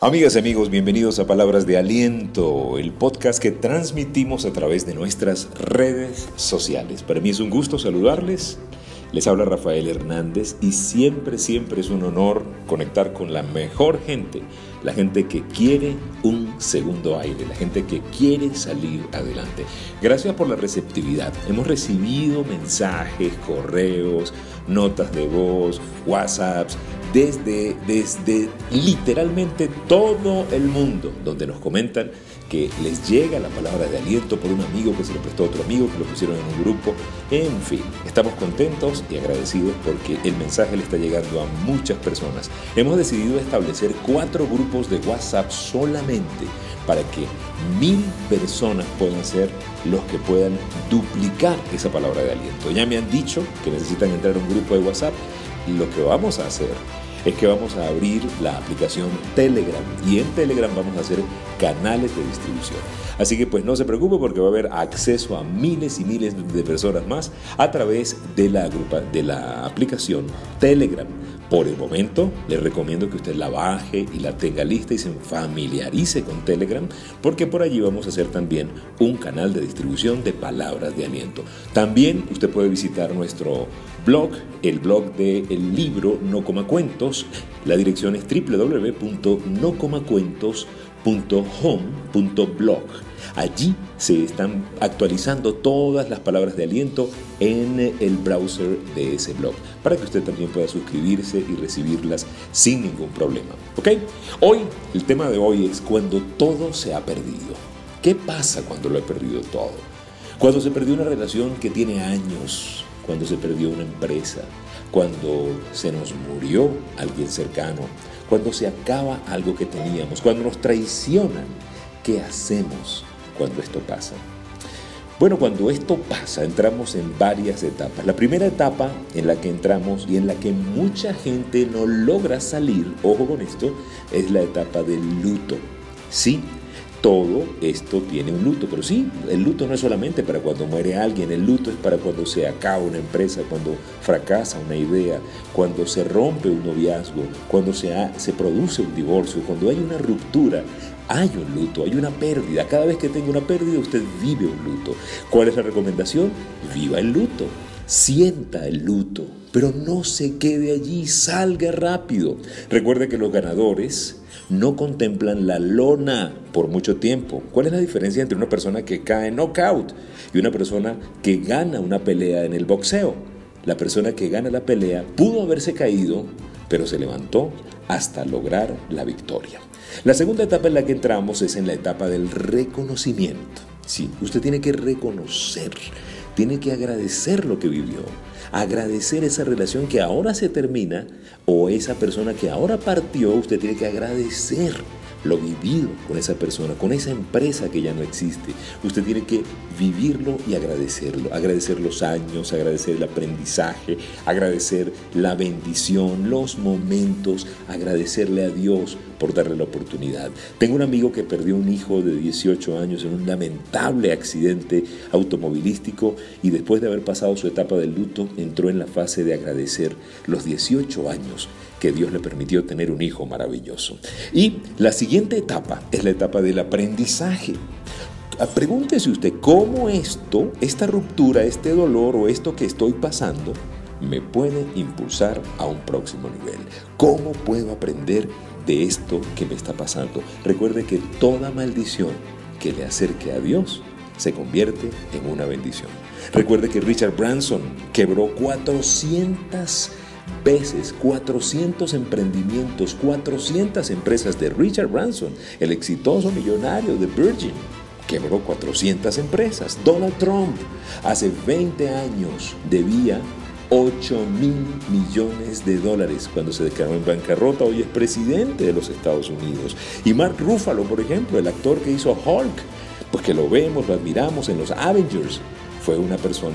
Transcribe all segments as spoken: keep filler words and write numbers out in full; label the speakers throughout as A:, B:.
A: Amigas y amigos, bienvenidos a Palabras de Aliento, el podcast que transmitimos a través de nuestras redes sociales. Para mí es un gusto saludarles. Les habla Rafael Hernández y siempre, siempre es un honor conectar con la mejor gente, la gente que quiere un segundo aire, la gente que quiere salir adelante. Gracias por la receptividad. Hemos recibido mensajes, correos, notas de voz, WhatsApps, desde, desde literalmente todo el mundo, donde nos comentan que les llega la palabra de aliento por un amigo que se lo prestó a otro amigo, que lo pusieron en un grupo. En fin, estamos contentos y agradecidos porque el mensaje le está llegando a muchas personas. Hemos decidido establecer cuatro grupos de WhatsApp solamente para que mil personas puedan ser los que puedan duplicar esa palabra de aliento. Ya me han dicho que necesitan entrar a un grupo de WhatsApp y lo que vamos a hacer es que vamos a abrir la aplicación Telegram y en Telegram vamos a hacer canales de distribución. Así que pues no se preocupe porque va a haber acceso a miles y miles de personas más a través de la, grupa, de la aplicación Telegram. Por el momento, les recomiendo que usted la baje y la tenga lista y se familiarice con Telegram, porque por allí vamos a hacer también un canal de distribución de palabras de aliento. También usted puede visitar nuestro blog, el blog del libro No Coma Cuentos. La dirección es doble u doble u doble u punto no coma cuentos punto home punto blog. Allí se están actualizando todas las palabras de aliento en el browser de ese blog, para que usted también pueda suscribirse y recibirlas sin ningún problema. ¿Ok? Hoy, el tema de hoy es cuando todo se ha perdido. ¿Qué pasa cuando lo he perdido todo? Cuando se perdió una relación que tiene años, cuando se perdió una empresa, cuando se nos murió alguien cercano, cuando se acaba algo que teníamos, cuando nos traicionan. ¿Qué hacemos cuando esto pasa? Bueno, cuando esto pasa, entramos en varias etapas. La primera etapa en la que entramos y en la que mucha gente no logra salir, ojo con esto, es la etapa del luto. Sí, todo esto tiene un luto, pero sí, el luto no es solamente para cuando muere alguien, el luto es para cuando se acaba una empresa, cuando fracasa una idea, cuando se rompe un noviazgo, cuando se, ha, se produce un divorcio, cuando hay una ruptura. Hay un luto, hay una pérdida. Cada vez que tenga una pérdida, usted vive un luto. ¿Cuál es la recomendación? Viva el luto. Sienta el luto, pero no se quede allí, salga rápido. Recuerde que los ganadores no contemplan la lona por mucho tiempo. ¿Cuál es la diferencia entre una persona que cae en knockout y una persona que gana una pelea en el boxeo? La persona que gana la pelea pudo haberse caído, pero se levantó hasta lograr la victoria. La segunda etapa en la que entramos es en la etapa del reconocimiento. Sí, usted tiene que reconocer, tiene que agradecer lo que vivió, agradecer esa relación que ahora se termina o esa persona que ahora partió. Usted tiene que agradecer lo vivido con esa persona, con esa empresa que ya no existe. Usted tiene que vivirlo y agradecerlo, agradecer los años, agradecer el aprendizaje, agradecer la bendición, los momentos, agradecerle a Dios por darle la oportunidad. Tengo un amigo que perdió un hijo de dieciocho años en un lamentable accidente automovilístico y después de haber pasado su etapa de luto, entró en la fase de agradecer los dieciocho años que Dios le permitió tener un hijo maravilloso. Y la siguiente etapa es la etapa del aprendizaje. Pregúntese usted cómo esto, esta ruptura, este dolor o esto que estoy pasando me puede impulsar a un próximo nivel. ¿Cómo puedo aprender de esto que me está pasando? Recuerde que toda maldición que le acerque a Dios se convierte en una bendición. Recuerde que Richard Branson quebró cuatrocientas veces, cuatrocientos emprendimientos, cuatrocientas empresas de Richard Branson, el exitoso millonario de Virgin. Quebró cuatrocientas empresas. Donald Trump hace veinte años debía ocho mil millones de dólares cuando se declaró en bancarrota. Hoy es presidente de los Estados Unidos. Y Mark Ruffalo, por ejemplo, el actor que hizo Hulk, pues que lo vemos, lo admiramos en los Avengers, fue una persona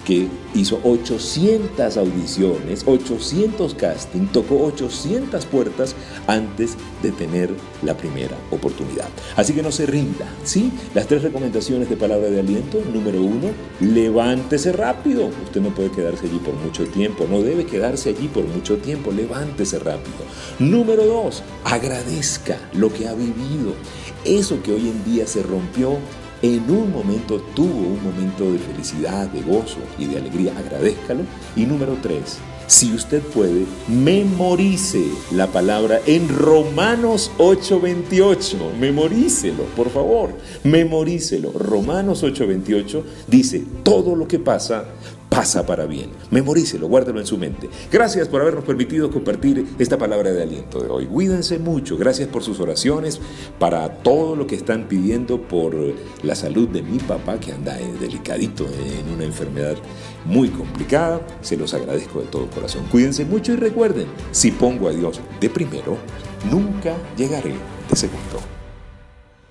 A: que hizo ochocientas audiciones, ochocientos castings, tocó ochocientas puertas antes de tener la primera oportunidad. Así que no se rinda, ¿sí? Las tres recomendaciones de palabra de aliento. Número uno, levántese rápido. Usted no puede quedarse allí por mucho tiempo, no debe quedarse allí por mucho tiempo, levántese rápido. Número dos, agradezca lo que ha vivido. Eso que hoy en día se rompió, en un momento tuvo un momento de felicidad, de gozo y de alegría, agradézcalo. Y número tres, si usted puede, memorice la palabra en Romanos ocho veintiocho, memorícelo, por favor, memorícelo. Romanos ocho veintiocho dice, todo lo que pasa, pasa para bien. Memorícelo, guárdelo en su mente. Gracias por habernos permitido compartir esta palabra de aliento de hoy. Cuídense mucho. Gracias por sus oraciones, para todo lo que están pidiendo por la salud de mi papá, que anda delicadito en una enfermedad muy complicada. Se los agradezco de todo corazón. Cuídense mucho y recuerden, si pongo a Dios de primero, nunca llegaré de segundo.